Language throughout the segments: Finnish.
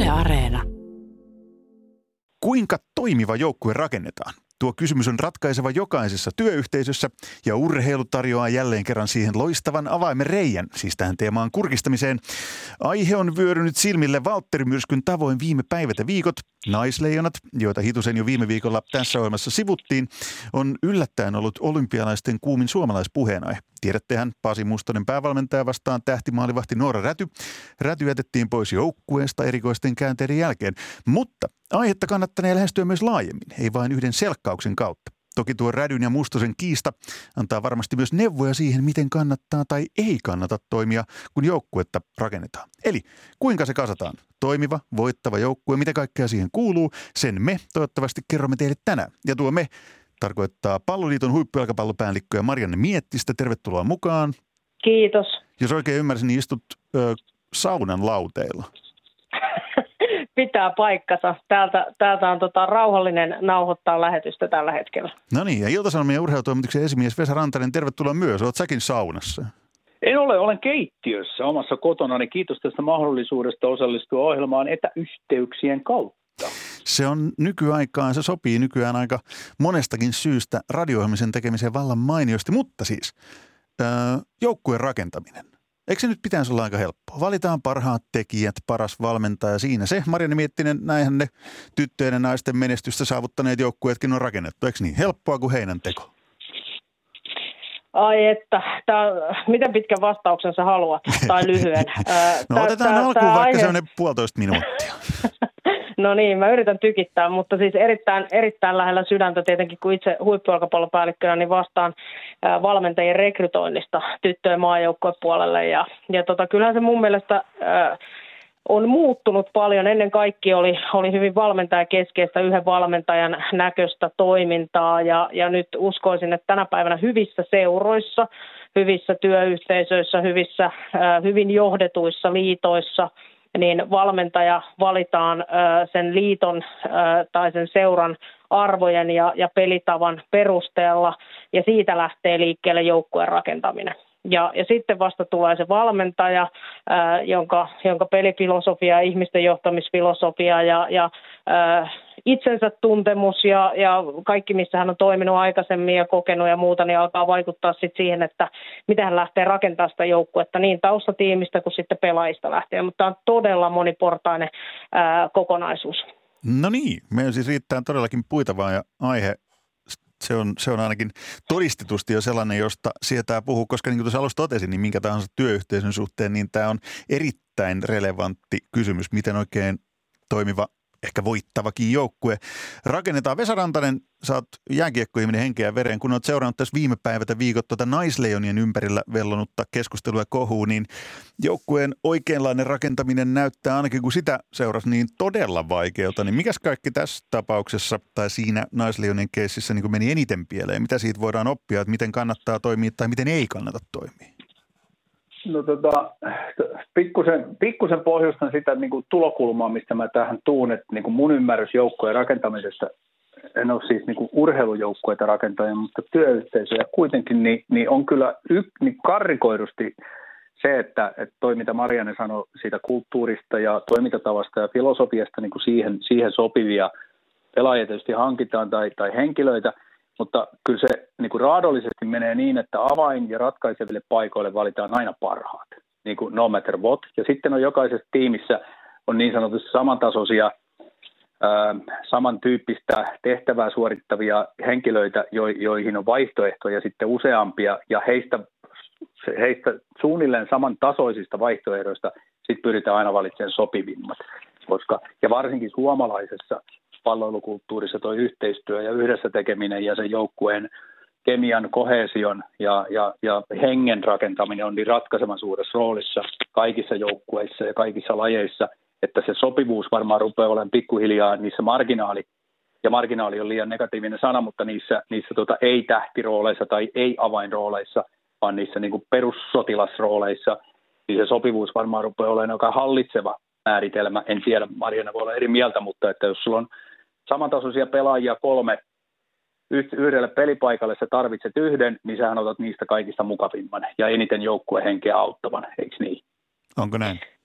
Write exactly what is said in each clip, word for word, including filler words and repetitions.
Yle Areena. Kuinka toimiva joukkue rakennetaan? Tuo kysymys on ratkaiseva jokaisessa työyhteisössä ja urheilu tarjoaa jälleen kerran siihen loistavan avaimen reijän, siis tähän teemaan kurkistamiseen. Aihe on vyörynyt silmille Valtteri Myrskyn tavoin viime päivät ja viikot. Naisleijonat, joita hitusen jo viime viikolla tässä ohjelmassa sivuttiin, on yllättäen ollut olympialaisten kuumin suomalaispuheenaihe. Tiedättehän, Pasi Mustonen päävalmentaja vastaan tähtimaalivahti Noora Räty. Räty jätettiin pois joukkueesta erikoisten käänteiden jälkeen, mutta aihetta kannattanee lähestyä myös laajemmin, ei vain yhden selkkauksen kautta. Toki tuo Rädyn ja Mustosen kiista antaa varmasti myös neuvoja siihen, miten kannattaa tai ei kannata toimia, kun joukkuetta rakennetaan. Eli kuinka se kasataan? Toimiva, voittava joukkue, mitä kaikkea siihen kuuluu, sen me toivottavasti kerromme teille tänään. Ja tuo me tarkoittaa Palloliiton huippujalkapallopäällikköä Marianne Miettistä. Tervetuloa mukaan. Kiitos. Jos oikein ymmärsin, niin istut ö, saunan lauteilla. Pitää paikkansa. Täältä, täältä on tota, rauhallinen nauhoittaa lähetystä tällä hetkellä. No niin, ja Ilta-Sanomien urheilutoimituksen esimies Vesa Rantanen, tervetuloa myös. Olet säkin saunassa? En ole, olen keittiössä omassa kotonani. Kiitos tästä mahdollisuudesta osallistua ohjelmaan etäyhteyksien kautta. Se on nykyaikaan, se sopii nykyään aika monestakin syystä radio-ohjelmisen tekemiseen vallan mainiosti, mutta siis öö, joukkueen rakentaminen. Eikö se nyt pitäisi olla aika helppoa? Valitaan parhaat tekijät, paras valmentaja, siinä se. Marianne Miettinen, näinhän ne tyttöjen ja naisten menestystä saavuttaneet joukkueetkin on rakennettu. Eikö niin? Helppoa kuin heinänteko. Ai että, tää, miten pitkän vastauksen sä haluat, tai lyhyen? no tää, otetaan tää, alkuun tää vaikka aihe... sellainen puolitoista minuuttia. No niin, mä yritän tykittää, mutta siis erittäin, erittäin lähellä sydäntä tietenkin, kun itse huippujalkapallopäällikkönä niin vastaan ää, valmentajien rekrytoinnista tyttöjen maajoukkuepuolelle. Ja, ja tota, kyllähän se mun mielestä ää, on muuttunut paljon. Ennen kaikkea oli, oli hyvin valmentajakeskeistä, yhden valmentajan näköistä toimintaa. Ja, ja nyt uskoisin, että tänä päivänä hyvissä seuroissa, hyvissä työyhteisöissä, hyvissä, ää, hyvin johdetuissa liitoissa, niin valmentaja valitaan sen liiton tai sen seuran arvojen ja, ja pelitavan perusteella, ja siitä lähtee liikkeelle joukkueen rakentaminen. Ja, ja sitten vasta tulee se valmentaja, ää, jonka, jonka pelifilosofia ja ihmisten johtamisfilosofia ja, ja ää, itsensä tuntemus ja, ja kaikki, missä hän on toiminut aikaisemmin ja kokenut ja muuta, niin alkaa vaikuttaa sitten siihen, että miten hän lähtee rakentamaan sitä joukkuetta niin taustatiimistä kuin sitten pelaajista lähtien. Mutta tämä on todella moniportainen ää, kokonaisuus. No niin, meidän siis riittää todellakin puitavaa ja aihe. Se on, se on ainakin todistetusti jo sellainen, josta sietää puhua, koska niin kuin tuossa alussa totesin, niin minkä tahansa työyhteisön suhteen, niin tämä on erittäin relevantti kysymys, miten oikein toimiva, ehkä voittavakin joukkue rakennetaan. Vesa Rantanen, sä oot jääkiekkoihminen henkeä veren, kun oot seurannut tässä viime päivät ja viikot tuota naisleijonien ympärillä vellonutta keskustelua ja kohua, niin joukkueen oikeanlainen rakentaminen näyttää ainakin kun sitä seurasi niin todella vaikealta. Niin mikäs kaikki tässä tapauksessa tai siinä naisleijonien keississä niin meni eniten pieleen? Mitä siitä voidaan oppia, että miten kannattaa toimia tai miten ei kannata toimia? No tota, pikkusen, pikkusen pohjustan sitä niin kuin tulokulmaa, mistä mä tähän tuun, että niin kuin mun ymmärrys joukkojen rakentamisesta, en ole siis niin kuin urheilujoukkueita rakentajia, mutta työyhteisöjä kuitenkin, niin, niin on kyllä y, niin karrikoidusti se, että, että toi mitä Marianne sanoi siitä kulttuurista ja toimintatavasta ja filosofiasta niin kuin siihen, siihen sopivia pelaajia tietysti hankitaan tai, tai henkilöitä, mutta kyllä se niin kuin raadollisesti menee niin, että avain- ja ratkaiseville paikoille valitaan aina parhaat, niin kuin no matter what. Ja sitten on jokaisessa tiimissä on niin sanotusti samantasoisia, ää, samantyyppistä tehtävää suorittavia henkilöitä, jo, joihin on vaihtoehtoja sitten useampia, ja heistä, heistä suunnilleen samantasoisista vaihtoehdoista sitten pyritään aina valitsemaan sopivimmat. Koska, ja varsinkin suomalaisessa palloilukulttuurissa tuo yhteistyö ja yhdessä tekeminen ja sen joukkueen kemian, koheesion ja, ja, ja hengen rakentaminen on niin ratkaisevan suuressa roolissa kaikissa joukkueissa ja kaikissa lajeissa, että se sopivuus varmaan rupeaa olemaan pikkuhiljaa niissä marginaali, ja marginaali on liian negatiivinen sana, mutta niissä, niissä tuota ei-tähtirooleissa tai ei-avainrooleissa, vaan niissä niin kuin perussotilasrooleissa, niin se sopivuus varmaan rupeaa olemaan aika hallitseva määritelmä. En tiedä, Marianne voi olla eri mieltä, mutta että jos sulla on samantasoisia pelaajia kolme yhdelle pelipaikalle, sä tarvitset yhden, niin sähän otat niistä kaikista mukavimman ja eniten joukkueen henkeä auttavan, eikö niin? Onko näin?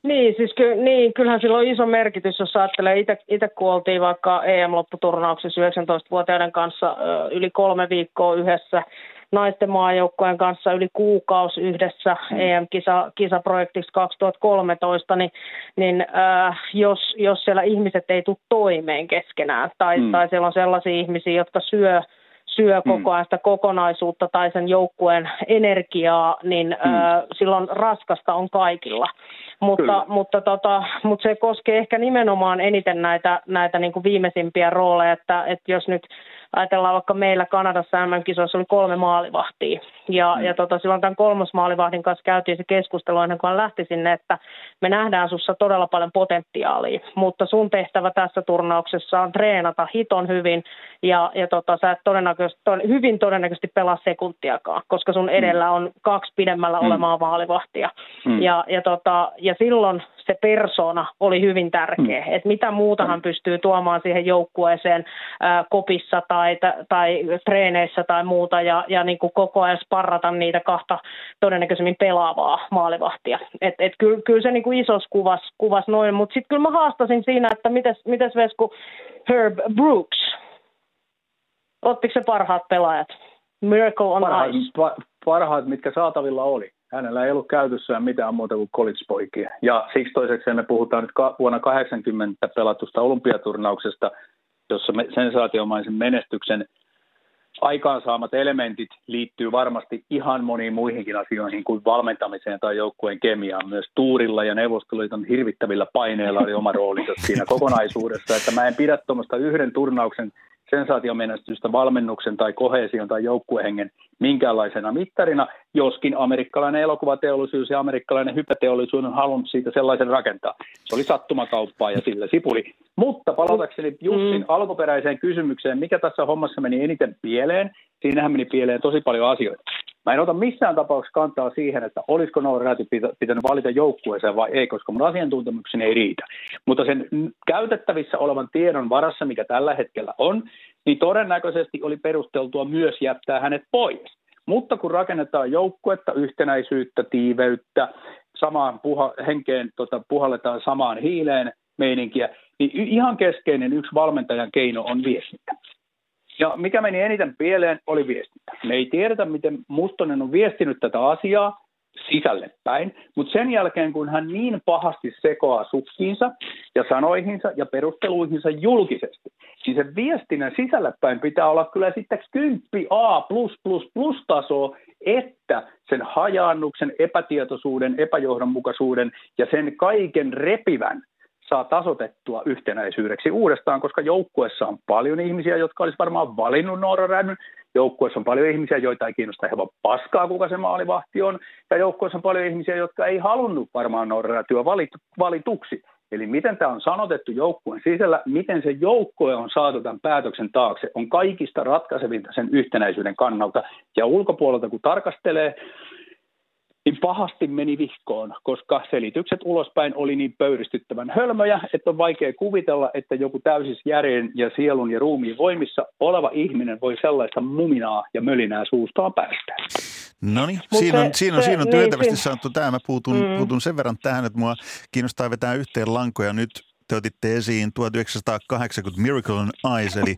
Niin, siis ky, niin, kyllähän sillä on iso merkitys, jos ajattelee itse kun oltiin vaikka E M-lopputurnauksessa yhdeksäntoistavuotiaiden kanssa ö, yli kolme viikkoa yhdessä, naisten maajoukkojen kanssa yli kuukausi yhdessä E M-kisaprojektiksi kaksituhattakolmetoista, niin, niin äh, jos, jos siellä ihmiset ei tule toimeen keskenään tai, mm. tai siellä on sellaisia ihmisiä, jotka syö syö koko ajan sitä kokonaisuutta tai sen joukkueen energiaa, niin mm. äh, silloin raskasta on kaikilla. Mutta, mutta, tota, mutta se koskee ehkä nimenomaan eniten näitä, näitä niin kuin viimeisimpiä rooleja, että, että jos nyt ajatellaan vaikka meillä Kanadassa M M-kisoissa oli kolme maalivahtia. Ja, mm. ja tota, silloin tämän kolmosmaalivahdin kanssa käytiin se keskustelu ennen kuin hän lähti sinne, että me nähdään sussa todella paljon potentiaalia, mutta sun tehtävä tässä turnauksessa on treenata hiton hyvin ja, ja tota, sä et todennäköisesti, to, hyvin todennäköisesti pelaa sekuntiakaan, koska sun edellä on kaksi pidemmällä mm. olemaa maalivahtia. Mm. Ja, ja, tota, ja silloin se persona oli hyvin tärkeä, mm. että mitä muuta hän pystyy tuomaan siihen joukkueeseen ää, kopissa tai, tai treeneissä tai muuta ja, ja niin kuin koko ajan sparrata niitä kahta todennäköisemmin pelaavaa maalivahtia. Et, et kyllä, kyllä se niin kuin isossa kuvas, kuvas noin, mutta sitten kyllä mä haastasin siinä, että mites, mites Vesku Herb Brooks, ottiko se parhaat pelaajat? Miracle on parhaat, Ice. Pa- parhaat, mitkä saatavilla oli. Hänellä ei ollut käytössään mitään muuta kuin college-poikia. Ja siksi toiseksi me puhutaan nyt ka- vuonna kahdeksankymmentä pelatusta olympiaturnauksesta, jossa me sensaatiomaisen menestyksen aikaansaamat elementit liittyy varmasti ihan moniin muihinkin asioihin kuin valmentamiseen tai joukkueen kemiaan. Myös tuurilla ja Neuvostoliiton hirvittävillä paineilla oli oma roolinsa siinä kokonaisuudessa, että mä en pidä tuommoista yhden turnauksen sensaatiomenestystä valmennuksen tai koheesion tai joukkuehengen minkäänlaisena mittarina, joskin amerikkalainen elokuvateollisuus ja amerikkalainen hypäteollisuus on halunnut siitä sellaisen rakentaa. Se oli sattumakauppaa ja sillä sipuli. Mutta palatakseni Jussin mm. alkuperäiseen kysymykseen, mikä tässä hommassa meni eniten pieleen, siinähän meni pieleen tosi paljon asioita. Mä en ota missään tapauksessa kantaa siihen, että olisiko Noora Räty pitänyt valita joukkueeseen vai ei, koska mun asiantuntemukseni ei riitä. Mutta sen käytettävissä olevan tiedon varassa, mikä tällä hetkellä on, niin todennäköisesti oli perusteltua myös jättää hänet pois. Mutta kun rakennetaan joukkuetta, yhtenäisyyttä, tiiveyttä, samaan puha, henkeen tota, puhalletaan samaan hiileen meininkiä, niin ihan keskeinen yksi valmentajan keino on viestintä. Ja mikä meni eniten pieleen, oli viestintä. Me ei tiedetä, miten Mustonen on viestinyt tätä asiaa sisälle päin, mutta sen jälkeen, kun hän niin pahasti sekoaa sukkiinsa ja sanoihinsa ja perusteluihinsa julkisesti, niin sen viestinnän sisälle päin pitää olla kyllä sitten kymppi A plus plus plus tasoa, että sen hajaannuksen, epätietoisuuden, epäjohdonmukaisuuden ja sen kaiken repivän saa tasoitettua yhtenäisyydeksi uudestaan, koska joukkueessa on paljon ihmisiä, jotka olisi varmaan valinnut Noora Rädyn. Joukkueessa on paljon ihmisiä, joita ei kiinnosta hieman paskaa, kuka se maalivahti on. Ja joukkueessa on paljon ihmisiä, jotka ei halunnut varmaan Noora Rätyä valituksi. Eli miten tämä on sanotettu joukkueen sisällä, miten se joukkue on saatu tämän päätöksen taakse, on kaikista ratkaisevinta sen yhtenäisyyden kannalta. Ja ulkopuolelta kun tarkastelee, niin pahasti meni vihkoon, koska selitykset ulospäin oli niin pöyristyttävän hölmöjä, että on vaikea kuvitella, että joku täysis järjen ja sielun ja ruumiin voimissa oleva ihminen voi sellaista muminaa ja mölinää suustaan päästää. No niin, siinä on, siinä on, siinä on työntävästi sanottu tämä. Mä puutun, mm. puutun sen verran tähän, että mua kiinnostaa vetää yhteen lankoja nyt. Te otitte esiin tuhatyhdeksänsataakahdeksankymmentä Miracle on Ice, eli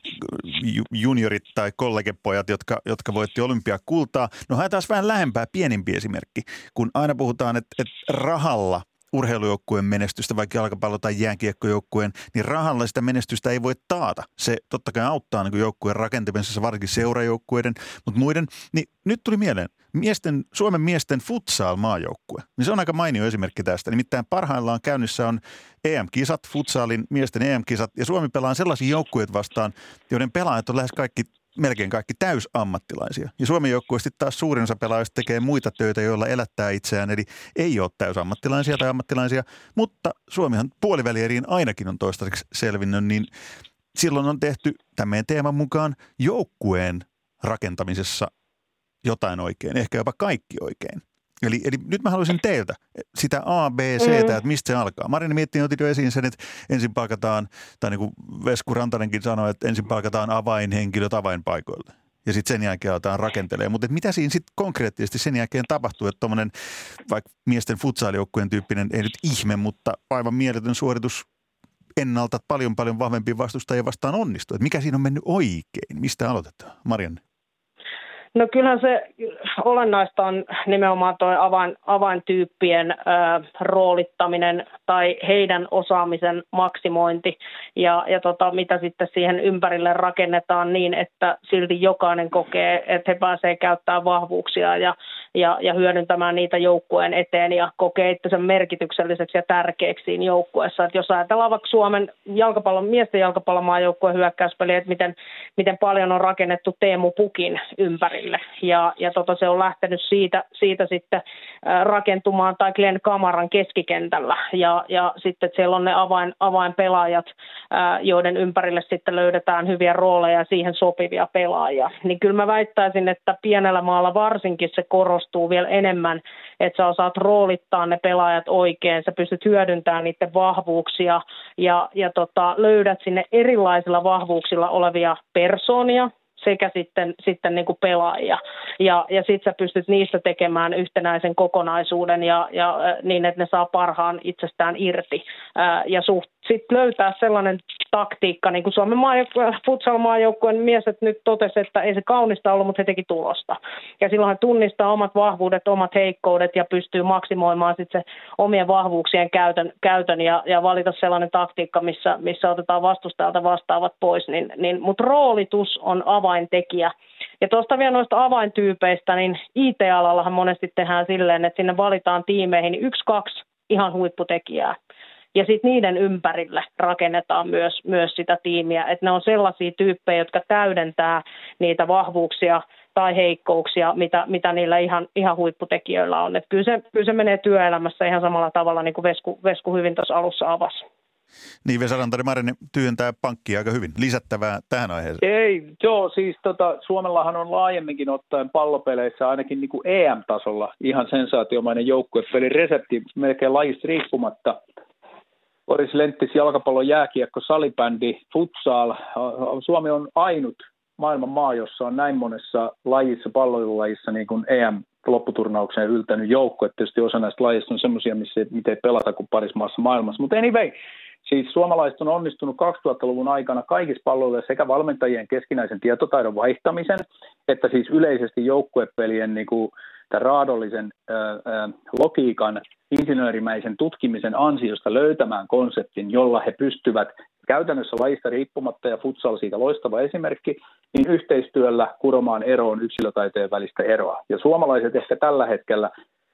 juniorit tai kollegepojat, jotka, jotka voitti olympiakultaa. No haetaan vähän lähempää, pienimpi esimerkki, kun aina puhutaan, että, että rahalla urheilujoukkueen menestystä, vaikka jalkapallo- tai jääkiekkojoukkueen, niin rahalla sitä menestystä ei voi taata. Se totta kai auttaa niin kuin joukkueen rakentamisessa, varsinkin seurajoukkueiden, mutta muiden. Niin nyt tuli mieleen, miesten, Suomen miesten futsal-maajoukkue. Niin se on aika mainio esimerkki tästä. Nimittäin parhaillaan käynnissä on E M-kisat, futsalin miesten E M-kisat, ja Suomi pelaa sellaisia joukkueita vastaan, joiden pelaajat on lähes kaikki melkein kaikki täysammattilaisia. Ja Suomen joukkueesti taas suurin osa pelaajista tekee muita töitä, joilla elättää itseään, eli ei ole täysammattilaisia tai ammattilaisia, mutta Suomihan puolivälieriin ainakin on toistaiseksi selvinnyt, niin silloin on tehty tämän teeman mukaan joukkueen rakentamisessa jotain oikein, ehkä jopa kaikki oikein. Eli, eli nyt mä haluaisin teiltä sitä A, B, C, mm. että mistä se alkaa. Marini Miettinen otit jo esiin sen, että ensin palkataan, tai niin kuin Vesku Rantanenkin sanoi, että ensin palkataan avainhenkilöt avainpaikoille. ja sitten sen jälkeen aletaan rakentelemaan. Mutta mitä siinä sitten konkreettisesti sen jälkeen tapahtuu, että tuommoinen vaikka miesten futsalijoukkueen tyyppinen, ei nyt ihme, mutta aivan mieletön suoritus ennalta paljon paljon vahvempi vastustajia vastaan onnistuu. Et mikä siinä on mennyt oikein? Mistä aloitetaan? Marianne? No kyllähän se olennaista on nimenomaan tuo avain, avaintyyppien ö, roolittaminen tai heidän osaamisen maksimointi ja, ja tota, mitä sitten siihen ympärille rakennetaan niin, että silti jokainen kokee, että he pääsee käyttämään vahvuuksia ja, ja, ja hyödyntämään niitä joukkueen eteen ja kokee itsensä merkitykselliseksi ja tärkeäksi siinä joukkueessa. Että jos ajatellaan vaikka Suomen jalkapallon, miesten jalkapallomaajoukkueen hyökkäyspeliä, että miten, miten paljon on rakennettu Teemu Pukin ympäri. Ja, ja tota, se on lähtenyt siitä, siitä sitten ä, rakentumaan tai Glenn Kamaran keskikentällä. Ja, ja sitten siellä on ne avain, avainpelaajat, ä, joiden ympärille sitten löydetään hyviä rooleja ja siihen sopivia pelaajia. Niin kyllä mä väittäisin, että pienellä maalla varsinkin se korostuu vielä enemmän, että sä osaat roolittaa ne pelaajat oikein, sä pystyt hyödyntämään niiden vahvuuksia ja, ja tota, löydät sinne erilaisilla vahvuuksilla olevia persoonia, sekä sitten, sitten niin kuin pelaajia. Ja, ja sitten sä pystyt niistä tekemään yhtenäisen kokonaisuuden ja, ja niin, että ne saa parhaan itsestään irti. Ää, ja sitten löytää sellainen taktiikka, niin kuin Suomen futsal-maajoukkueen miehet nyt totesi, että ei se kaunista ollut, mutta he teki tulosta. Ja silloin he tunnistaa omat vahvuudet, omat heikkoudet ja pystyy maksimoimaan sitten se omien vahvuuksien käytön, käytön ja, ja valita sellainen taktiikka, missä, missä otetaan vastustajalta vastaavat pois. Niin, niin, mutta roolitus on avaintekijä. Ja tuosta vielä noista avaintyypeistä, niin I T-alallahan monesti tehdään silleen, että sinne valitaan tiimeihin yksi, kaksi ihan huipputekijää. Ja sitten niiden ympärille rakennetaan myös, myös sitä tiimiä, että ne on sellaisia tyyppejä, jotka täydentää niitä vahvuuksia tai heikkouksia, mitä, mitä niillä ihan, ihan huipputekijöillä on. Että kyllä se, kyllä se menee työelämässä ihan samalla tavalla, niin kuin Vesku, Vesku hyvin tuossa alussa avasi. Niin, Vesa Rantari-Marini tyhjentää pankkia aika hyvin. Lisättävää tähän aiheeseen. Ei, joo, siis tota, Suomellahan on laajemminkin ottaen pallopeleissä ainakin niin kuin E M-tasolla ihan sensaatiomainen joukkuepelin resepti melkein lajista riippumatta. Boris Lenttis, jalkapallo, jääkiekko, salibändi, futsal. Suomi on ainut maailman maa, jossa on näin monessa lajissa, palloilulajissa niin kuin E M-lopputurnaukseen yltänyt joukko. Että tietysti osa näistä lajista on semmoisia, missä ei pelata kuin parissa maassa maailmassa. Mutta anyway, siis suomalaiset on onnistunut kaksituhattaluvun aikana kaikissa palloilla sekä valmentajien keskinäisen tietotaidon vaihtamisen, että siis yleisesti joukkuepelien niin kuin tämän raadollisen ää, ää, logiikan, insinöörimäisen tutkimisen ansiosta löytämään konseptin, jolla he pystyvät käytännössä lajista riippumatta, ja futsal siitä loistava esimerkki, niin yhteistyöllä kuromaan eroon yksilötaiteen välistä eroa. Ja suomalaiset ehkä tällä hetkellä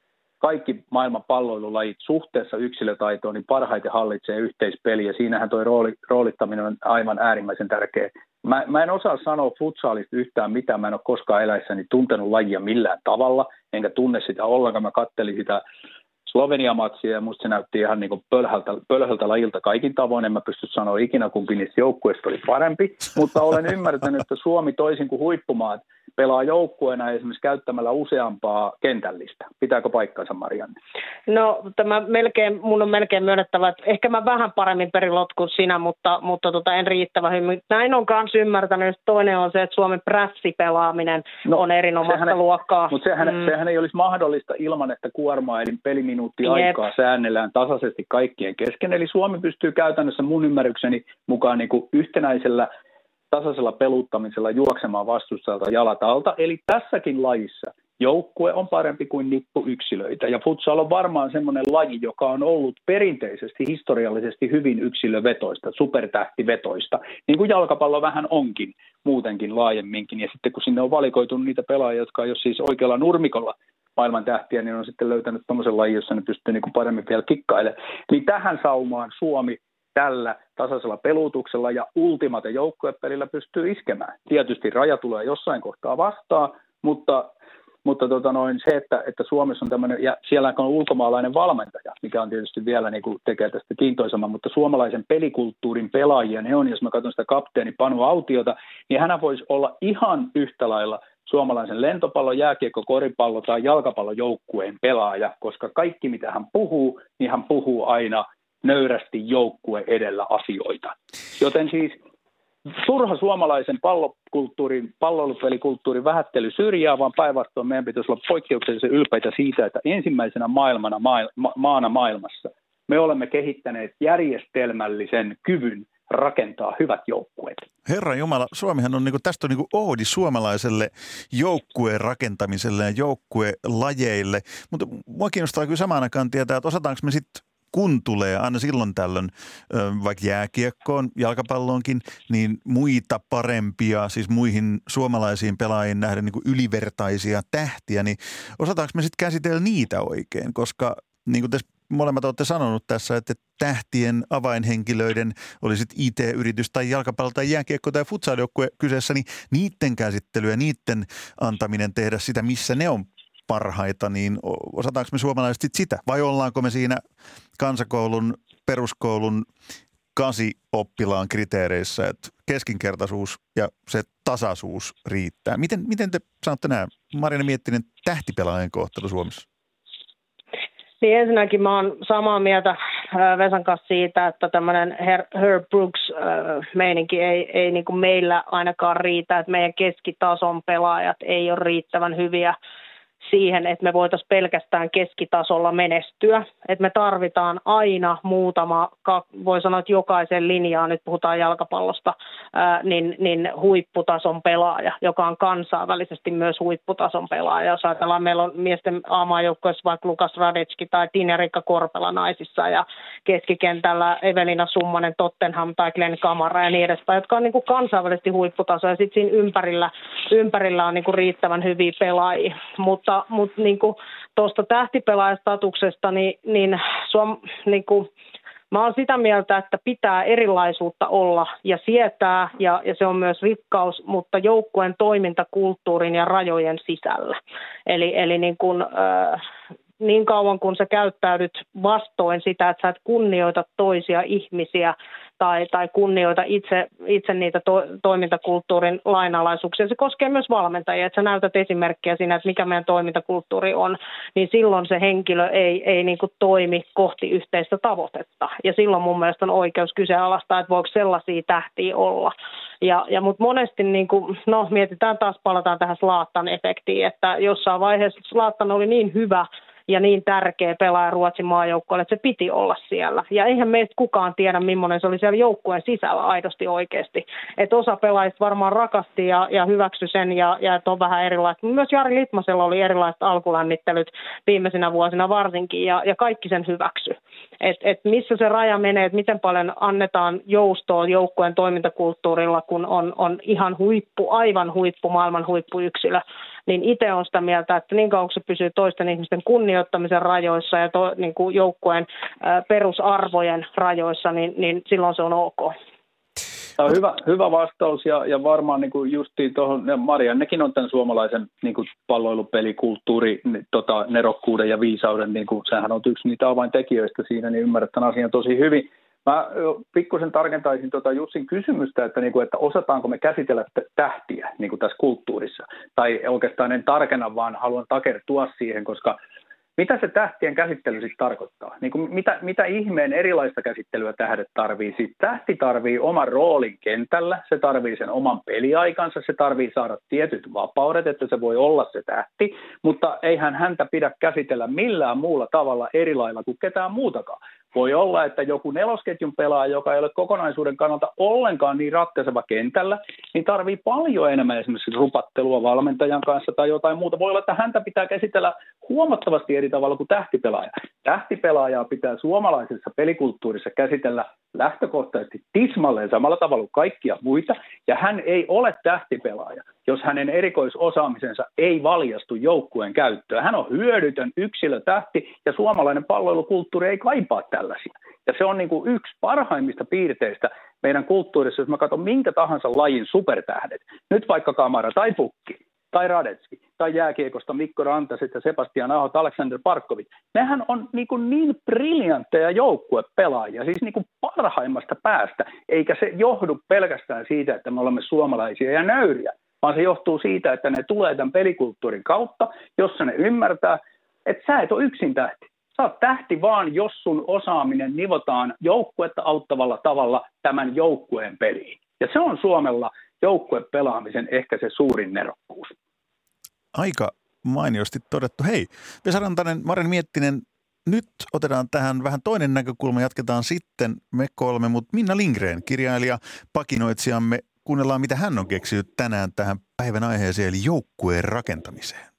kaikki maailman palloilulajit suhteessa yksilötaitoon niin parhaiten hallitsee yhteispeli, ja siinähän tuo rooli, roolittaminen on aivan äärimmäisen tärkeä. Mä, mä en osaa sanoa futsalista yhtään mitään, mä en ole koskaan eläissäni tuntenut lajia millään tavalla, enkä tunne sitä ollenkaan. Mä kattelin sitä Slovenia-matsia ja musta se näytti ihan niin kuin pölhältä, pölhältä lajilta kaikin tavoin. En mä pysty sanoa ikinä, kumpi niistä joukkueista oli parempi, mutta olen ymmärtänyt, että Suomi toisin kuin huippumaat pelaa joukkueena esimerkiksi käyttämällä useampaa kentällistä. Pitääkö paikkansa, Marianne? No tämä melkein, mun on melkein myönnettävä, että ehkä mä vähän paremmin perilot kuin sinä, mutta, mutta tota, en riittävän hyvin. Näin on myös ymmärtänyt. Toinen on se, että Suomen prässipelaaminen no, on erinomaista sehän, luokkaa. Mutta sehän, mm. sehän ei olisi mahdollista ilman, että kuormaa eli peliminuutti aikaa säännellään tasaisesti kaikkien kesken. Eli Suomi pystyy käytännössä mun ymmärrykseni mukaan niin kuin yhtenäisellä tasaisella peluttamisella juoksemaan vastustajalta jalat alta. Eli tässäkin lajissa joukkue on parempi kuin nippuyksilöitä. Ja futsal on varmaan semmoinen laji, joka on ollut perinteisesti, historiallisesti hyvin yksilövetoista, supertähtivetoista. Niin kuin jalkapallo vähän onkin muutenkin laajemminkin. Ja sitten kun sinne on valikoitunut niitä pelaajia, jotka on jo siis oikealla nurmikolla maailman tähtiä, niin on sitten löytänyt tommoisen lajin, jossa ne pystyy niin kuin paremmin vielä kikkailemaan. Niin tähän saumaan Suomi tällä tasaisella pelutuksella ja ultimate joukkuepelillä pystyy iskemään. Tietysti raja tulee jossain kohtaa vastaan, mutta, mutta tota noin, se, että, että Suomessa on tämmöinen, ja siellä on ulkomaalainen valmentaja, mikä on tietysti vielä niin kuin tekee tästä kiintoisemman, mutta suomalaisen pelikulttuurin pelaajia ne on, jos mä katson sitä kapteeni Panu Autiota, niin hän voisi olla ihan yhtä lailla suomalaisen lentopallon, jääkiekko, koripallo tai jalkapallojoukkueen pelaaja, koska kaikki mitä hän puhuu, niin hän puhuu aina nöyrästi joukkue edellä asioita. Joten siis turha suomalaisen pallokulttuurin, palloilupelikulttuurin vähättely syrjää, vaan päinvastoin meidän pitäisi olla poikkeuksellisen ylpeitä siitä, että ensimmäisenä maailmana, ma- maana maailmassa me olemme kehittäneet järjestelmällisen kyvyn rakentaa hyvät joukkueet. Herra Jumala, Suomihan on niinku, tästä on niinku oodi suomalaiselle joukkueen rakentamiselle ja joukkuelajeille, mutta mua kiinnostaa kyllä samaan aikaan tietää, että osataanko me sitten, kun tulee aina silloin tällöin, vaikka jääkiekkoon, jalkapalloonkin, niin muita parempia, siis muihin suomalaisiin pelaajiin nähden niin kuin ylivertaisia tähtiä, niin osataanko me sitten käsitellä niitä oikein, koska niin kuin tässä molemmat olette sanonut tässä, että tähtien avainhenkilöiden, oli sitten I T-yritys tai jalkapallo tai jääkiekko tai futsaalijoukkue kyseessä, niin niiden käsittely ja niiden antaminen tehdä sitä, missä ne on parhaita, niin osataanko me suomalaiset sit sitä? Vai ollaanko me siinä kansakoulun, peruskoulun kasi-oppilaan kriteereissä, että keskinkertaisuus ja se tasaisuus riittää? Miten, miten te sanotte nämä? Marianne Miettinen, tähtipelaajien kohtelu Suomessa. Niin ensinnäkin mä oon samaa mieltä Vesan kanssa siitä, että tämmöinen Herb Brooks-meininki ei, ei niin kuin meillä ainakaan riitä, että meidän keskitason pelaajat ei ole riittävän hyviä siihen, että me voitaisiin pelkästään keskitasolla menestyä. Että me tarvitaan aina muutama, voi sanoa, että jokaisen linjaan, nyt puhutaan jalkapallosta, ää, niin, niin huipputason pelaaja, joka on kansainvälisesti myös huipputason pelaaja. Jos ajatellaan, meillä on miesten A-maajoukkueessa vaikka Lukas Radetski tai Tiina-Riikka Korpela naisissa ja keskikentällä Evelina Summanen, Tottenham tai Glenn Kamara ja niin edespäin, jotka on niin kuin kansainvälisesti huipputaso ja sitten siinä ympärillä, ympärillä on niin kuin riittävän hyviä pelaajia. Mutta Mutta niin tuosta tähtipelaajastatuksesta, niin, niin, suom, niin kuin, mä oon sitä mieltä, että pitää erilaisuutta olla ja sietää, ja, ja se on myös rikkaus, mutta joukkueen toimintakulttuurin ja rajojen sisällä. Eli, eli niin, kuin, äh, niin kauan kun sä käyttäydyt vastoin sitä, että sä et kunnioita toisia ihmisiä, tai, tai kunnioita itse, itse niitä to, toimintakulttuurin lainalaisuuksia. Se koskee myös valmentajia, että sä näytät esimerkkiä siinä, että mikä meidän toimintakulttuuri on, niin silloin se henkilö ei, ei niin kuin toimi kohti yhteistä tavoitetta. Ja silloin mun mielestä on oikeus kyseenalaistaa, että voiko sellaisia tähtiä olla. Ja, ja, mutta monesti, niin kuin, no mietitään taas, palataan tähän Zlatan efektiin, että jossain vaiheessa Zlatan oli niin hyvä, ja niin tärkeä pelaaja Ruotsin maajoukkueelle, että se piti olla siellä. Ja eihän meistä kukaan tiedä, millainen se oli siellä joukkueen sisällä aidosti oikeasti. Että osa pelaajista varmaan rakasti ja, ja hyväksyi sen ja, ja että on vähän erilaista. Myös Jari Litmasella oli erilaiset alkulämmittelyt viimeisinä vuosina varsinkin ja, ja kaikki sen hyväksy. Että et missä se raja menee, että miten paljon annetaan joustoa joukkueen toimintakulttuurilla, kun on, on ihan huippu, aivan huippu, maailman huippuyksilö. Niin itse on sitä mieltä, että niin kauan kun se pysyy toisten ihmisten kunnioittamisen rajoissa ja to, niin kuin joukkueen ä, perusarvojen rajoissa, niin, niin silloin se on ok. Tämä on hyvä, hyvä vastaus ja, ja varmaan niin kuin justiin tuohon, Mariannekin on tämän suomalaisen niin kuin palloilupelikulttuuri, tota, nerokkuuden ja viisauden, niin kuin, sehän on yksi niitä avaintekijöistä siinä, niin ymmärrät tämän asian tosi hyvin. Mä pikkusen tarkentaisin tuota Jussin kysymystä, että, niin kuin, että osataanko me käsitellä tähtiä niin kuin tässä kulttuurissa. Tai oikeastaan en tarkenna, vaan haluan takertua siihen, koska mitä se tähtien käsittely sitten tarkoittaa? Niin kuin mitä, mitä ihmeen erilaista käsittelyä tähdet tarvii? Sitten tähti tarvii oman roolin kentällä, se tarvii sen oman peliaikansa, se tarvii saada tietyt vapaudet, että se voi olla se tähti, mutta eihän häntä pidä käsitellä millään muulla tavalla eri lailla kuin ketään muutakaan. Voi olla, että joku nelosketjun pelaaja, joka ei ole kokonaisuuden kannalta ollenkaan niin ratkaiseva kentällä, niin tarvii paljon enemmän esimerkiksi rupattelua valmentajan kanssa tai jotain muuta. Voi olla, että häntä pitää käsitellä huomattavasti eri tavalla kuin tähtipelaaja. Tähtipelaajaa pitää suomalaisessa pelikulttuurissa käsitellä lähtökohtaisesti tismalleen samalla tavalla kuin kaikkia muita, ja hän ei ole tähtipelaaja, jos hänen erikoisosaamisensa ei valjastu joukkueen käyttöön. Hän on hyödytön yksilötähti, ja suomalainen palloilukulttuuri ei kaipaa tällaisia. Ja se on niin kuin yksi parhaimmista piirteistä meidän kulttuurissa, jos mä katson minkä tahansa lajin supertähdet, nyt vaikka Kamara tai Pukki, tai Radetski, tai jääkiekosta Mikko Rantaset ja Sebastian Ahot, Aleksander Parkkovic. Nehän on niin, kuin niin briljantteja joukkuepelaajia, siis niin kuin parhaimmasta päästä, eikä se johdu pelkästään siitä, että me olemme suomalaisia ja nöyriä, vaan se johtuu siitä, että ne tulee tämän pelikulttuurin kautta, jossa ne ymmärtää, että sä et ole yksin tähti. Sä oot tähti vaan, jos sun osaaminen nivotaan joukkuetta auttavalla tavalla tämän joukkueen peliin. Ja se on Suomella joukkuepelaamisen ehkä se suurin nerokkuus. Aika mainiosti todettu. Hei, Vesa Rantanen, Maren Miettinen, nyt otetaan tähän vähän toinen näkökulma. Jatketaan sitten me kolme, mutta Minna Lindgren, kirjailija, pakinoitsijamme, kuunnellaan mitä hän on keksinyt tänään tähän päivän aiheeseen, eli joukkueen rakentamiseen.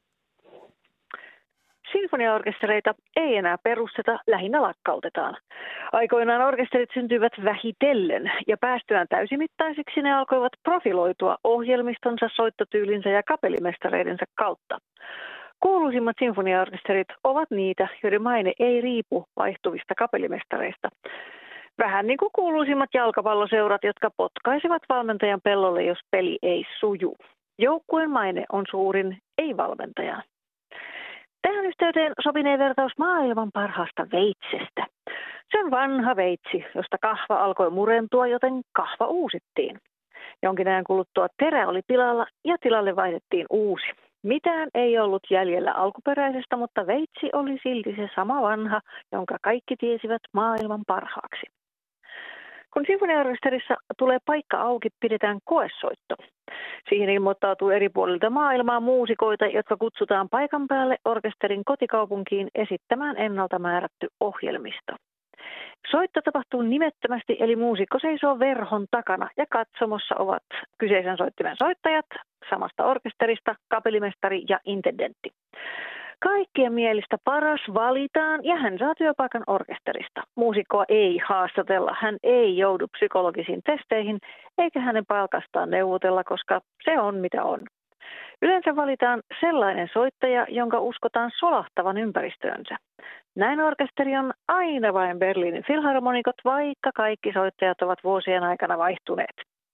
Sinfoniaorkestereita ei enää perusteta, lähinnä lakkautetaan. Aikoinaan orkesterit syntyivät vähitellen ja päästyään täysimittaisiksi ne alkoivat profiloitua ohjelmistonsa, soittotyylinsä ja kapellimestareidensa kautta. Kuuluisimmat sinfoniaorkesterit ovat niitä, joiden maine ei riipu vaihtuvista kapellimestareista. Vähän niin kuin kuuluisimmat jalkapalloseurat, jotka potkaisivat valmentajan pellolle, jos peli ei suju. Joukkueen maine on suurin, ei valmentajan. Tähän yhteyteen sopinee vertaus maailman parhaasta veitsestä. Se on vanha veitsi, josta kahva alkoi murentua, joten kahva uusittiin. Jonkin ajan kuluttua terä oli pilalla ja tilalle vaihdettiin uusi. Mitään ei ollut jäljellä alkuperäisestä, mutta veitsi oli silti se sama vanha, jonka kaikki tiesivät maailman parhaaksi. Kun sinfoniaorkesterissa tulee paikka auki, pidetään koesoitto. Siihen ilmoittautuu eri puolilta maailmaa muusikoita, jotka kutsutaan paikan päälle orkesterin kotikaupunkiin esittämään ennalta määrätty ohjelmisto. Soitto tapahtuu nimettömästi, eli muusikko seisoo verhon takana ja katsomossa ovat kyseisen soittimen soittajat samasta orkesterista, kapellimestari ja intendentti. Kaikkien mielestä paras valitaan ja hän saa työpaikan orkesterista. Muusikkoa ei haastatella, hän ei joudu psykologisiin testeihin eikä hänen palkastaan neuvotella, koska se on mitä on. Yleensä valitaan sellainen soittaja, jonka uskotaan solahtavan ympäristöönsä. Näin orkesteri on aina vain Berliinin filharmonikot, vaikka kaikki soittajat ovat vuosien aikana vaihtuneet.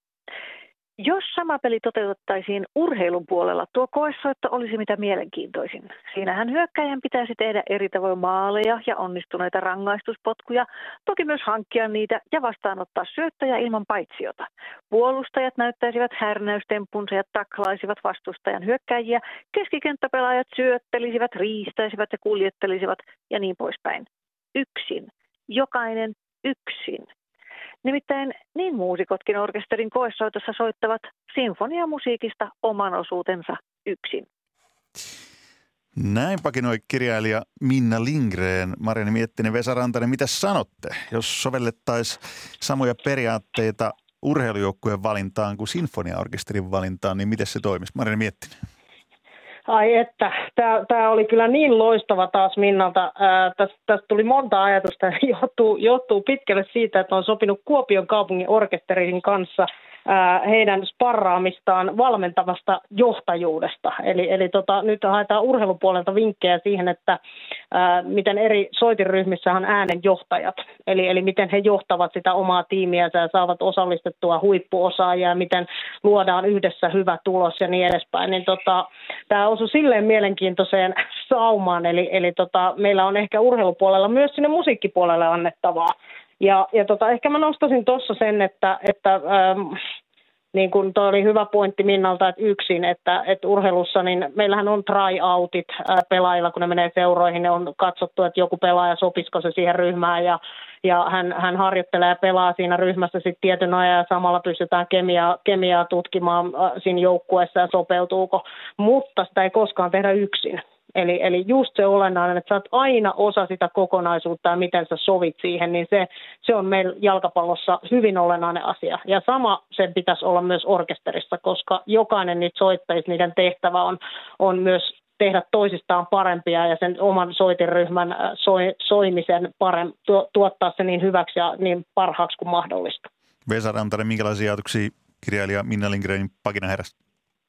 Jos sama peli toteutettaisiin urheilun puolella, tuo koesoitto olisi mitä mielenkiintoisin. Siinähän hyökkäjän pitäisi tehdä eri tavoin maaleja ja onnistuneita rangaistuspotkuja, toki myös hankkia niitä ja vastaanottaa syöttöjä ilman paitsiota. Puolustajat näyttäisivät härnäystemppunsa ja taklaisivat vastustajan hyökkäjiä, keskikenttäpelaajat syöttelisivät, riistäisivät ja kuljettelisivat ja niin poispäin. Yksin. Jokainen yksin. Nimittäin niin muusikotkin orkesterin koesoitossa soittavat sinfoniamusiikista oman osuutensa yksin. Näin pakinoi kirjailija Minna Lindgren. Marianne Miettinen, Vesa Rantanen, mitä sanotte? Jos sovellettaisiin samoja periaatteita urheilujoukkueen valintaan kuin sinfoniaorkesterin valintaan, niin miten se toimisi? Marianne Miettinen. Ai että, tämä oli kyllä niin loistava taas Minnalta. Tästä täst tuli monta ajatusta. Johtuu, johtuu pitkälle siitä, että on sopinut Kuopion kaupungin orkesterin kanssa ää, heidän sparraamistaan valmentavasta johtajuudesta. Eli, eli tota, nyt haetaan urheilupuolelta vinkkejä siihen, että ää, miten eri soitinryhmissä on äänenjohtajat. Eli, eli miten he johtavat sitä omaa tiimiänsä ja saavat osallistettua huippuosaajia ja miten luodaan yhdessä hyvä tulos ja niin edespäin. Niin tota, tämä osui silleen mielenkiintoiseen saumaan, eli, eli tota, meillä on ehkä urheilupuolella myös sinne musiikkipuolelle annettavaa. Ja, ja tota, ehkä mä nostasin tuossa sen, että, että ähm, niin kuin toi oli hyvä pointti Minnalta, että yksin, että, että urheilussa niin meillähän on try-outit äh, pelaajilla, kun ne menee seuroihin, ne on katsottu, että joku pelaaja sopisiko se siihen ryhmään ja, ja hän, hän harjoittelee ja pelaa siinä ryhmässä sitten tietyn ajan ja samalla pystytään kemiaa, kemiaa tutkimaan äh, siinä joukkueessa ja sopeutuuko, mutta sitä ei koskaan tehdä yksin. Eli, eli just se olennainen, että sä oot aina osa sitä kokonaisuutta ja miten sä sovit siihen, niin se, se on meillä jalkapallossa hyvin olennainen asia. Ja sama sen pitäisi olla myös orkesterissa, koska jokainen niitä soittajista, niiden tehtävä on, on myös tehdä toisistaan parempia ja sen oman soitinryhmän soi, soimisen parem, tu, tuottaa se niin hyväksi ja niin parhaaksi kuin mahdollista. Vesa Rantanen, minkälaisia ajatuksia kirjailija Minna Lindgrenin pakinaherrasta?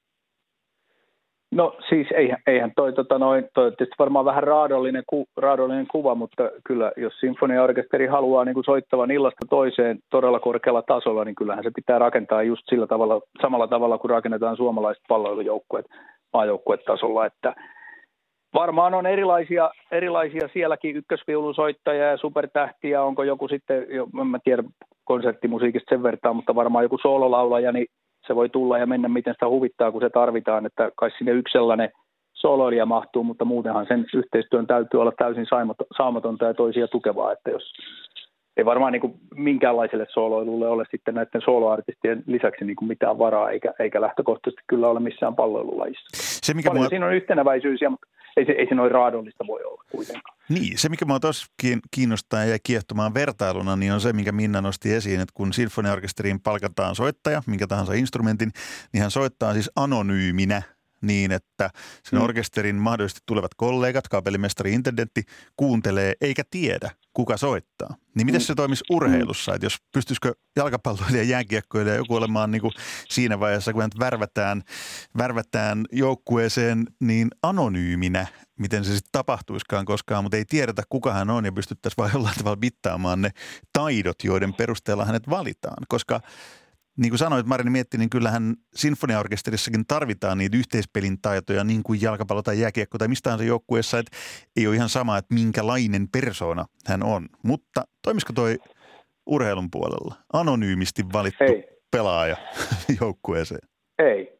No siis eihän, eihän toi, tota noin, toi tietysti varmaan vähän raadollinen, ku, raadollinen kuva, mutta kyllä jos sinfoniaorkesteri haluaa niin kuin soittavan illasta toiseen todella korkealla tasolla, niin kyllähän se pitää rakentaa just sillä tavalla, samalla tavalla kuin rakennetaan suomalaiset palloilujoukkueet maajoukkuetasolla, että varmaan on erilaisia, erilaisia sielläkin ykkösviulusoittajia ja supertähtiä, onko joku sitten, en mä tiedä konserttimusiikista sen vertaan, mutta varmaan joku soololaulaja, niin se voi tulla ja mennä, miten sitä huvittaa, kun se tarvitaan, että kai sinne yksi sellainen sooloilija mahtuu, mutta muutenhan sen yhteistyön täytyy olla täysin saamatonta ja toisia tukevaa, että jos, ei varmaan niin kuin minkäänlaiselle sooloilulle ole sitten näiden sooloartistien lisäksi niin kuin mitään varaa, eikä, eikä lähtökohtaisesti kyllä ole missään palloilulajissa. Se, mikä mua... Siinä on yhtenäväisyysiä, mutta ei se, ei se noin raadollista voi olla kuitenkaan. Niin, se mikä minua tuossa kiinnostaa ja kiehtomaan vertailuna, niin on se, minkä Minna nosti esiin, että kun sinfoniaorkesteriin palkataan soittaja, minkä tahansa instrumentin, niin hän soittaa siis anonyyminä niin, että sen mm. orkesterin mahdollisesti tulevat kollegat, kapellimestari, intendentti, kuuntelee eikä tiedä, kuka soittaa. Niin miten mm. se toimisi urheilussa? Että jos pystyisikö jalkapalloilija ja jääkiekkoilija joku olemaan niin kuin siinä vaiheessa, kun värvätään, värvätään joukkueeseen niin anonyyminä, miten se sitten tapahtuisikaan koskaan, mutta ei tiedetä, kuka hän on ja pystyttäisiin vain jollain tavalla mittaamaan ne taidot, joiden perusteella hänet valitaan, koska niin kuin sanoit, Marini mietti, niin kyllähän sinfoniaorkesterissakin tarvitaan niitä yhteispelin taitoja niin kuin jalkapallo tai jääkiekko tai mistään se joukkueessa, että ei ole ihan sama, että minkälainen persoona hän on. Mutta toimisiko toi urheilun puolella? Anonyymisti valittu ei. pelaaja joukkueeseen? Ei.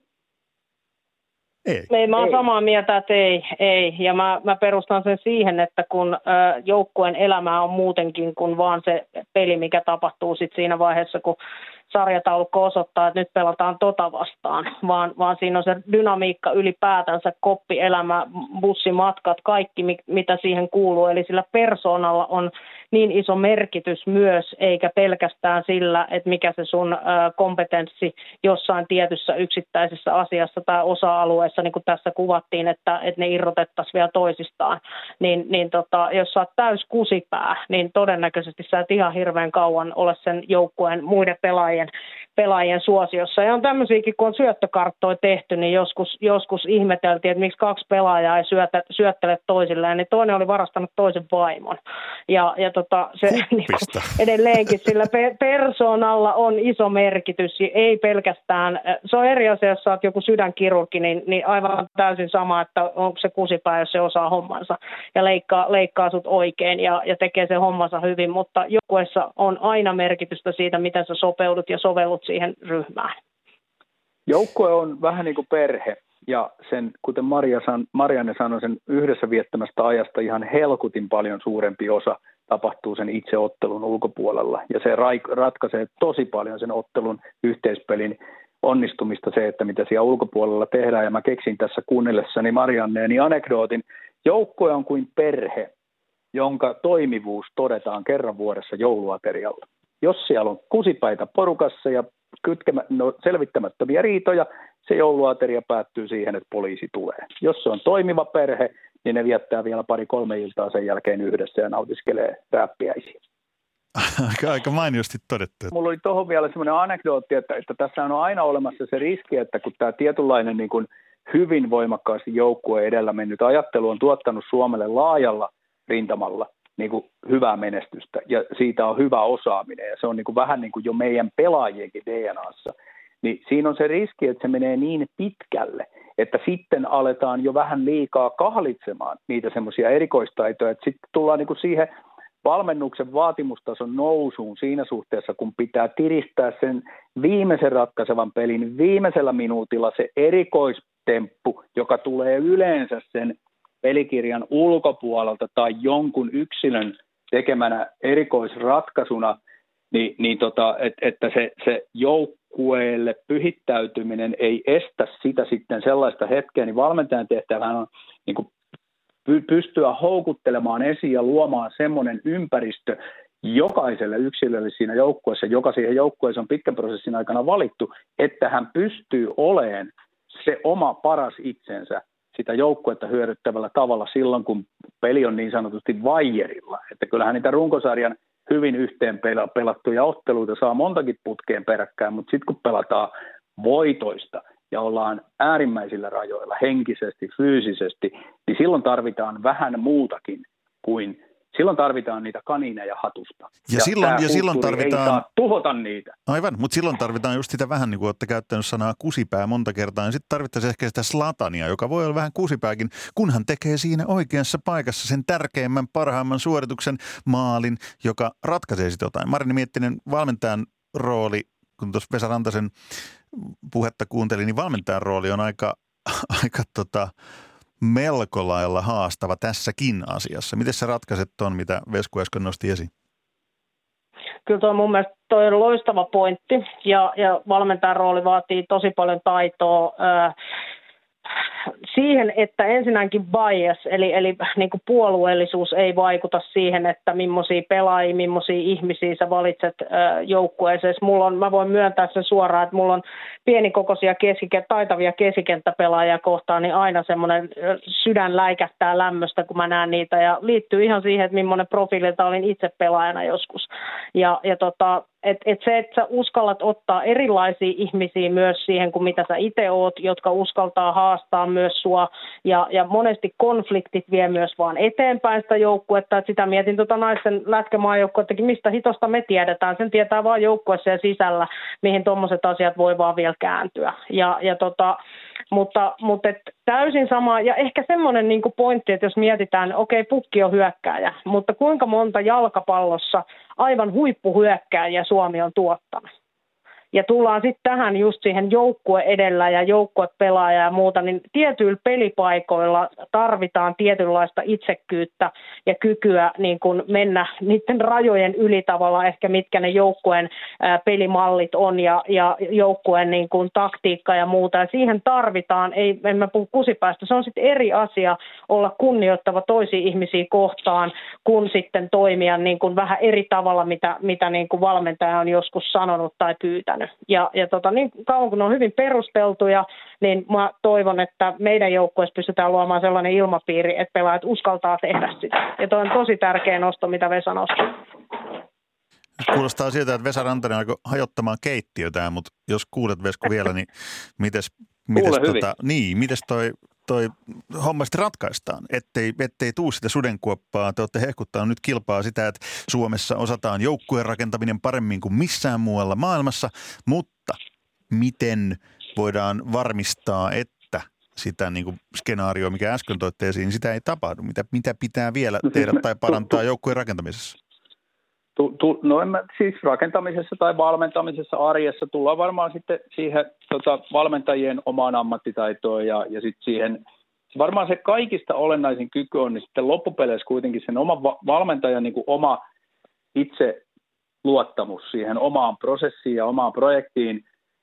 Ei. ei mä oon ei. samaa mieltä, että ei. ei. Ja mä, mä perustan sen siihen, että kun ö, joukkueen elämä on muutenkin kuin vaan se peli, mikä tapahtuu sit siinä vaiheessa, kun sarjataulukko osoittaa, että nyt pelataan tota vastaan, vaan, vaan siinä on se dynamiikka ylipäätänsä, koppielämä, bussimatkat, kaikki mitä siihen kuuluu. Eli sillä persoonalla on niin iso merkitys myös, eikä pelkästään sillä, että mikä se sun ö, kompetenssi jossain tietyssä yksittäisessä asiassa tai osa-alueessa, niin kuin tässä kuvattiin, että, että ne irrotettaisiin vielä toisistaan. Niin, niin tota, jos sä oot täys kusipää, niin todennäköisesti sä et ihan hirveän kauan ole sen joukkueen muiden pelaajien pelaajien suosiossa. Ja on tämmöisiäkin, kun on syöttökarttoja tehty, niin joskus, joskus ihmeteltiin, että miksi kaksi pelaajaa ei syötä, syöttele toisilleen, niin toinen oli varastanut toisen vaimon. Ja, ja tota, se niin kuin, edelleenkin sillä pe- persoonalla on iso merkitys, ei pelkästään, se on eri asia, jos sä oot joku sydänkirurgi, niin, niin aivan täysin sama, että onko se kusipää, jos se osaa hommansa ja leikkaa, leikkaa sut oikein ja, ja tekee sen hommansa hyvin, mutta joukkueessa on aina merkitystä siitä, miten sä sopeudut ja sovellut siihen ryhmään. Joukkue on vähän niin kuin perhe ja sen, kuten Maria san, Marianne sanoi, sen yhdessä viettämästä ajasta ihan helkutin paljon suurempi osa tapahtuu sen itse ottelun ulkopuolella ja se ra- ratkaisee tosi paljon sen ottelun yhteispelin onnistumista se, että mitä siellä ulkopuolella tehdään ja mä keksin tässä kuunnellessani Marianneeni anekdootin. Joukkue on kuin perhe, jonka toimivuus todetaan kerran vuodessa jouluaterialla. Jos siellä on kusipäitä porukassa ja kytkemä, no, selvittämättömiä riitoja, se jouluateria päättyy siihen, että poliisi tulee. Jos se on toimiva perhe, niin ne viettää vielä pari-kolme iltaa sen jälkeen yhdessä ja nautiskelee rääppiäisiä. Aika, aika mainiosti todettu. Mulla oli tuohon vielä semmoinen anekdootti, että, että tässä on aina olemassa se riski, että kun tämä tietynlainen niin kuin hyvin voimakkaasti joukkueen edellä mennyt ajattelu on tuottanut Suomelle laajalla rintamalla niin kuin hyvää menestystä ja siitä on hyvä osaaminen ja se on niin kuin vähän niin kuin jo meidän pelaajienkin D N A:ssa, niin siinä on se riski, että se menee niin pitkälle, että sitten aletaan jo vähän liikaa kahlitsemaan niitä semmoisia erikoistaitoja, että sitten tullaan niin kuin siihen valmennuksen vaatimustason nousuun siinä suhteessa, kun pitää tiristää sen viimeisen ratkaisevan pelin viimeisellä minuutilla se erikoistemppu, joka tulee yleensä sen pelikirjan ulkopuolelta tai jonkun yksilön tekemänä erikoisratkaisuna, niin, niin tota, et, että se, se joukkueelle pyhittäytyminen ei estä sitä sitten sellaista hetkeä, niin valmentajan tehtävänä on niin kuin pystyä houkuttelemaan esiin ja luomaan semmoinen ympäristö jokaiselle yksilölle siinä joukkueessa, joka siihen joukkueeseen on pitkän prosessin aikana valittu, että hän pystyy olemaan se oma paras itsensä sitä joukkuetta hyödyttävällä tavalla silloin, kun peli on niin sanotusti vaijerilla. Että kyllähän niitä runkosarjan hyvin yhteen pelattuja otteluita saa montakin putkeen peräkkäin, mutta sitten kun pelataan voitoista ja ollaan äärimmäisillä rajoilla henkisesti, fyysisesti, niin silloin tarvitaan vähän muutakin kuin, silloin tarvitaan niitä kanineja hatusta. Ja, ja silloin, ja silloin tarvitaan, ei saa tuhota niitä. Aivan, mutta silloin tarvitaan just sitä vähän niin kuin olette käyttänyt sanaa kusipää monta kertaa, ja sitten tarvittaisiin ehkä sitä Zlatania, joka voi olla vähän kusipääkin, kunhan tekee siinä oikeassa paikassa sen tärkeimmän, parhaimman suorituksen maalin, joka ratkaisee sitten jotain. Marini Miettinen, valmentajan rooli, kun tuossa Vesa Rantasen puhetta kuuntelin, niin valmentajan rooli on aika, aika tota, melko lailla haastava tässäkin asiassa. Miten sä ratkaiset tuon, mitä Vesku äsken nosti esiin? kyllä tuo mun mielestä toi on loistava pointti ja, ja valmentajan rooli vaatii tosi paljon taitoa ää, siihen, että ensinnäkin bias, eli, eli niin kuin puolueellisuus ei vaikuta siihen, että millaisia pelaajia, millaisia ihmisiä sä valitset ää, joukkueeseen. Mulla on, mä voin myöntää sen suoraan, että mulla on pienikokoisia keskiken- taitavia keskikenttäpelaajia kohtaan, niin aina semmoinen sydän läikähtää lämmöstä, kun mä näen niitä, ja liittyy ihan siihen, että millainen profiililta olin itse pelaajana joskus. Ja, ja tota, et, et se, että sä uskallat ottaa erilaisia ihmisiä myös siihen, kuin mitä sä itse oot, jotka uskaltaa haastaa myös sua, ja, ja monesti konfliktit vie myös vaan eteenpäin sitä joukkuetta, että sitä mietin tota naisten lätkämaajoukkuettakin, mistä hitosta me tiedetään, sen tietää vaan joukkueessa ja sisällä, mihin tuommoiset asiat voi vaan vielä kääntyä, ja, ja tota, mutta, mutta et täysin sama, ja ehkä semmoinen niin kuin pointti, että jos mietitään, okei, okay, pukki on hyökkääjä, mutta kuinka monta jalkapallossa aivan huippuhyökkääjiä Suomi on tuottanut. Ja tullaan sitten tähän just siihen joukkue edellä ja joukkuepelaaja ja muuta, niin tietyillä pelipaikoilla tarvitaan tietynlaista itsekkyyttä ja kykyä niin kuin mennä niiden rajojen yli tavalla ehkä mitkä ne joukkueen pelimallit on ja, ja joukkueen niin kuin taktiikka ja muuta. Ja siihen tarvitaan, ei, en mä puhu kusipäästä, se on sitten eri asia olla kunnioittava toisia ihmisiä kohtaan, kun sitten toimia niin kuin vähän eri tavalla, mitä, mitä niin kuin valmentaja on joskus sanonut tai pyytänyt. Ja, ja tota, niin kauan kun ne on hyvin perusteltuja, niin mä toivon, että meidän joukkueessa pystytään luomaan sellainen ilmapiiri, että pelaajat uskaltaa tehdä sitä. Ja toi on tosi tärkeä nosto, mitä Vesa nosti. Kuulostaa siltä, että Vesa Rantanen alkoi hajottamaan keittiötään, mutta jos kuulet, Vesku, vielä, niin mites, mites, tota, niin, mites toi, toi homma sitten ratkaistaan, ettei, ettei tuu sitä sudenkuoppaa. Te olette hehkuttanut nyt kilpaa sitä, että Suomessa osataan joukkueen rakentaminen paremmin kuin missään muualla maailmassa, mutta miten voidaan varmistaa, että sitä niin kuin skenaarioa, mikä äsken toitte esiin, sitä ei tapahdu? Mitä, mitä pitää vielä tehdä tai parantaa joukkueen rakentamisessa? Tu, tu, no en mä, siis rakentamisessa tai valmentamisessa arjessa tullaan varmaan sitten siihen tota, valmentajien omaan ammattitaitoon ja, ja sitten siihen, varmaan se kaikista olennaisin kyky on niin sitten loppupeleissä kuitenkin sen oman va- valmentajan niin kuin oma itse luottamus siihen omaan prosessiin ja omaan projektiin,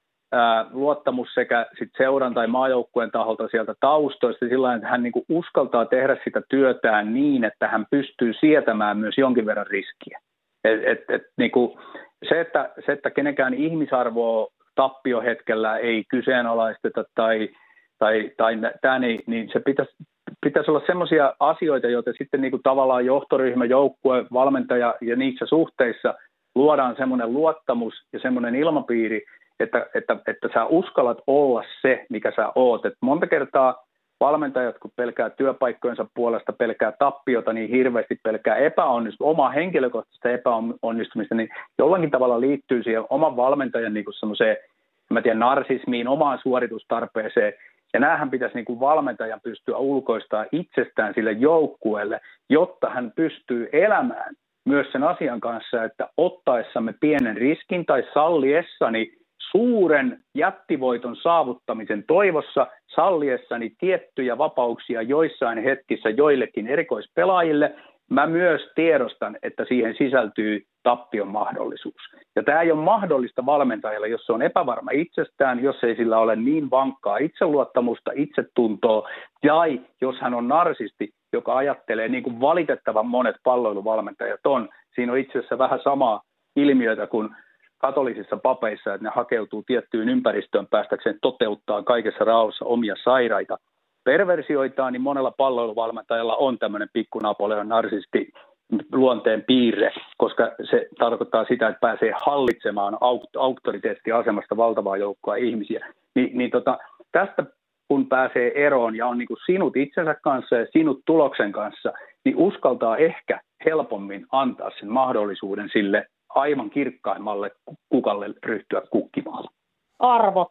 ää, luottamus sekä sit seuran tai maajoukkueen taholta sieltä taustoista sillä tavalla, että hän niin kuin uskaltaa tehdä sitä työtään niin, että hän pystyy sietämään myös jonkin verran riskiä. Et, et, et, niinku, se, että, se, että kenenkään ihmisarvoa tappiohetkellä ei kyseenalaisteta tai, tai, tai tämä, niin, niin se pitäisi, pitäisi olla sellaisia asioita, joita sitten niinku tavallaan johtoryhmä, joukkue, valmentaja ja niissä suhteissa luodaan semmoinen luottamus ja semmoinen ilmapiiri, että, että, että sä uskallat olla se, mikä sä oot. Et monta kertaa valmentajat, kun pelkää työpaikkojensa puolesta, pelkää tappiota, niin hirveästi pelkää epäonnistumista, omaa henkilökohtaista epäonnistumista, niin jollakin tavalla liittyy siihen oman valmentajan niin kuin semmoiseen, mä tiedän, narsismiin, omaan suoritustarpeeseen. Ja näähän pitäisi niin kuin valmentajan pystyä ulkoistamaan itsestään sille joukkueelle, jotta hän pystyy elämään myös sen asian kanssa, että ottaessamme pienen riskin tai salliessani suuren jättivoiton saavuttamisen toivossa, salliessani tiettyjä vapauksia joissain hetkissä joillekin erikoispelaajille, mä myös tiedostan, että siihen sisältyy tappion mahdollisuus. Ja tämä ei ole mahdollista valmentajalle, jos se on epävarma itsestään, jos ei sillä ole niin vankkaa itseluottamusta, itsetuntoa, tai jos hän on narsisti, joka ajattelee niin kuin valitettavan monet palloiluvalmentajat on. Siinä on itse asiassa vähän samaa ilmiötä kuin katolisissa papeissa, että ne hakeutuu tiettyyn ympäristöön päästäkseen toteuttaa kaikessa rauhassa omia sairaita perversioitaan, niin monella palloiluvalmentajalla on tämmöinen pikku Napoleon narsisti luonteen piirre, koska se tarkoittaa sitä, että pääsee hallitsemaan auktoriteettiasemasta valtavaa joukkoa ihmisiä. Ni, niin tota, tästä kun pääsee eroon ja on niin kuin sinut itsensä kanssa ja sinut tuloksen kanssa, niin uskaltaa ehkä helpommin antaa sen mahdollisuuden sille aivan kirkkaimmalle kukalle ryhtyä kukkimaan. Arvot.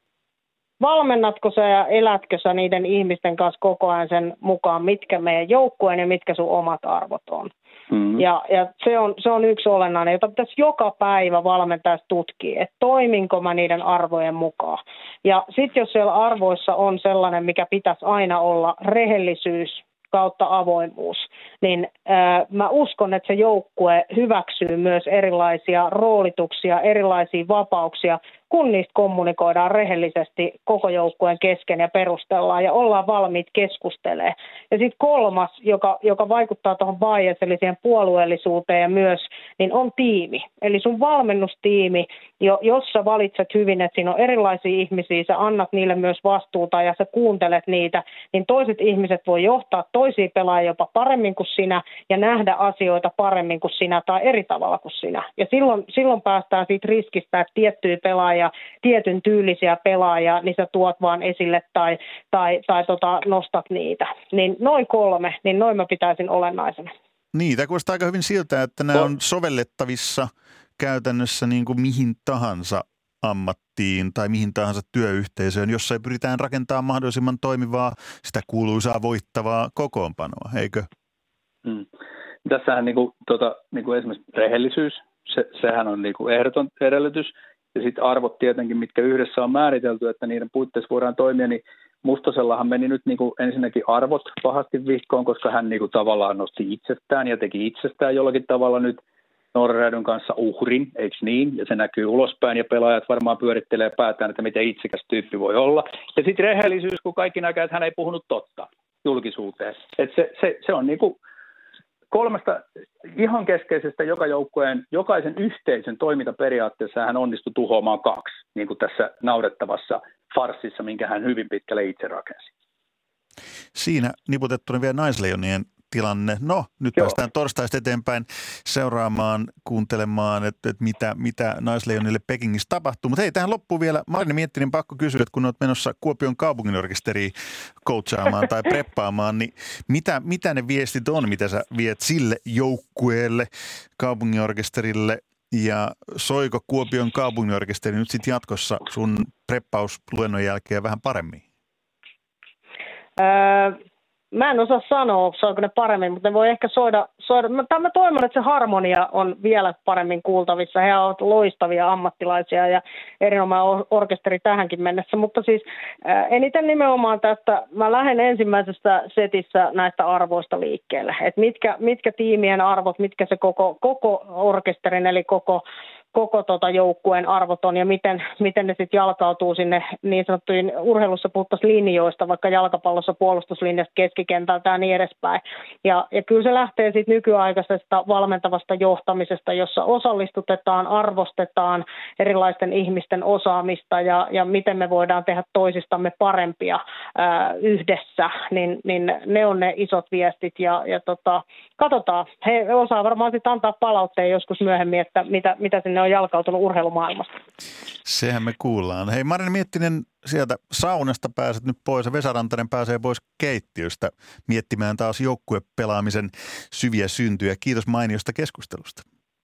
Valmennatko sä ja elätkö sä niiden ihmisten kanssa koko ajan sen mukaan, mitkä meidän joukkueen ja mitkä sun omat arvot on? Mm-hmm. Ja, ja se, on, se on yksi olennainen, jota pitäisi joka päivä valmentajasta tutkia, että toiminko mä niiden arvojen mukaan. Ja sitten jos siellä arvoissa on sellainen, mikä pitäisi aina olla rehellisyys, kautta avoimuus, niin ää, mä uskon, että se joukkue hyväksyy myös erilaisia roolituksia, erilaisia vapauksia, kun niistä kommunikoidaan rehellisesti koko joukkueen kesken ja perustellaan ja ollaan valmiit keskustelemaan. Ja sitten kolmas, joka, joka vaikuttaa tuohon bias, eli siihen puolueellisuuteen ja myös, niin on tiimi. Eli sun valmennustiimi, jo, jos sä valitset hyvin, että siinä on erilaisia ihmisiä, sä annat niille myös vastuuta ja sä kuuntelet niitä, niin toiset ihmiset voi johtaa toisia pelaajia jopa paremmin kuin sinä ja nähdä asioita paremmin kuin sinä tai eri tavalla kuin sinä. Ja silloin, silloin päästään siitä riskistä, että tiettyjä pelaajia ja tietyn tyylisiä pelaajia, niin sä tuot vaan esille tai, tai, tai tota, nostat niitä. Niin noin kolme, niin noin mä pitäisin olennaisena. Niin, tämä kuulostaa aika hyvin siltä, että nämä on sovellettavissa käytännössä niin kuin mihin tahansa ammattiin tai mihin tahansa työyhteisöön, jossa pyritään rakentamaan mahdollisimman toimivaa, sitä kuuluisaa voittavaa kokoonpanoa, eikö? Hmm. Tässähän niin kuin, tota, niin kuin esimerkiksi rehellisyys, se, sehän on niin kuin ehdoton edellytys. Ja sitten arvot tietenkin, mitkä yhdessä on määritelty, että niiden puitteissa voidaan toimia, niin Mustosellahan meni nyt niin kuin ensinnäkin arvot pahasti vihkoon, koska hän niin kuin tavallaan nosti itsestään ja teki itsestään jollakin tavalla nyt Norrädyn kanssa uhrin, eikö niin? Ja se näkyy ulospäin ja pelaajat varmaan pyörittelee päätään, että miten itsekäs tyyppi voi olla. Ja sitten rehellisyys, kun kaikki näkee, että hän ei puhunut totta julkisuuteen. Et se, se, se on niin kuin kolmesta ihan keskeisestä joka joukkueen, jokaisen yhteisön toimintaperiaatteessa hän onnistui tuhoamaan kaksi, niin kuin tässä naurettavassa farssissa, minkä hän hyvin pitkälle itse rakensi. Siinä niputettuna vielä Naisleijonien tilanne. No, nyt Joo. päästään torstaista eteenpäin seuraamaan, kuuntelemaan, että, että mitä, mitä Naisleijonille Pekingissä tapahtuu. Mutta hei, tähän loppuun vielä Marine Miettinen pakko kysyä, että kun olet menossa Kuopion kaupunginorkesteriin coachaamaan tai preppaamaan, niin mitä, mitä ne viestit on, mitä sä viet sille joukkueelle, kaupunginorkesterille, ja soiko Kuopion kaupunginorkesteri nyt sitten jatkossa sun preppausluennon jälkeen vähän paremmin? Öö, mä en osaa sanoa, soiko ne paremmin, mutta ne voi ehkä soida. soida. Mä, mä toivon, että se harmonia on vielä paremmin kuultavissa. He ovat loistavia ammattilaisia ja erinomainen orkesteri tähänkin mennessä. Mutta siis ää, eniten nimenomaan tästä, mä lähden ensimmäisessä setissä näistä arvoista liikkeelle. Että mitkä, mitkä tiimien arvot, mitkä se koko, koko orkesterin eli koko koko tota joukkueen arvot on ja miten, miten ne sitten jalkautuu sinne niin sanottuihin urheilussa puhuttaisiin linjoista, vaikka jalkapallossa puolustuslinjasta, keskikentältä ja niin edespäin. Ja, ja kyllä se lähtee sitten nykyaikaisesta valmentavasta johtamisesta, jossa osallistutetaan, arvostetaan erilaisten ihmisten osaamista ja, ja miten me voidaan tehdä toisistamme parempia ää, yhdessä, niin, niin ne on ne isot viestit ja, ja tota, katsotaan. He osaa varmaan sitten antaa palautteen joskus myöhemmin, että mitä, mitä sinne on jalkautunut urheilumaailmasta. Sehän me kuullaan. Hei, Marine Miettinen, sieltä saunasta pääset nyt pois ja Vesa Rantanen pääsee pois keittiöstä miettimään taas joukkuepelaamisen syviä syntyjä. Kiitos mainiosta keskustelusta.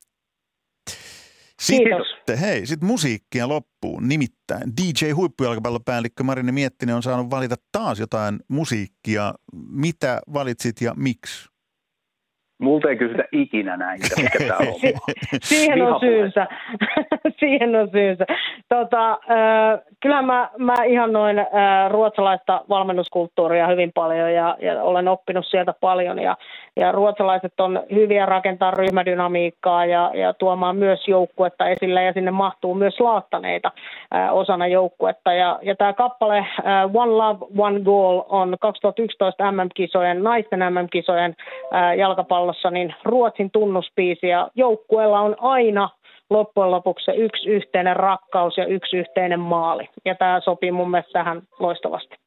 Kiitos. Sitten, hei, sitten musiikkia loppuun. Nimittäin D J-huippujalkapallopäällikkö Marine Miettinen on saanut valita taas jotain musiikkia. Mitä valitsit ja miksi? Multa ei kysytä ikinä näitä, mikä tämä on. Siihen on syynsä. Siihen on syynsä. Tota, äh, kyllähän mä, mä ihannoin äh, ruotsalaista valmennuskulttuuria hyvin paljon ja, ja olen oppinut sieltä paljon. Ja, ja ruotsalaiset on hyviä rakentaa ryhmädynamiikkaa ja, ja tuomaan myös joukkuetta esille ja sinne mahtuu myös laattaneita äh, osana joukkuetta. Ja, ja tämä kappale äh, One Love, One Goal on kaksituhattayksitoista M M-kisojen, naisten M M-kisojen äh, jalkapallo niin Ruotsin tunnuspiisi ja joukkueella on aina loppujen lopuksi se yksi yhteinen rakkaus ja yksi yhteinen maali. Ja tämä sopii mun mielestä tähän loistavasti.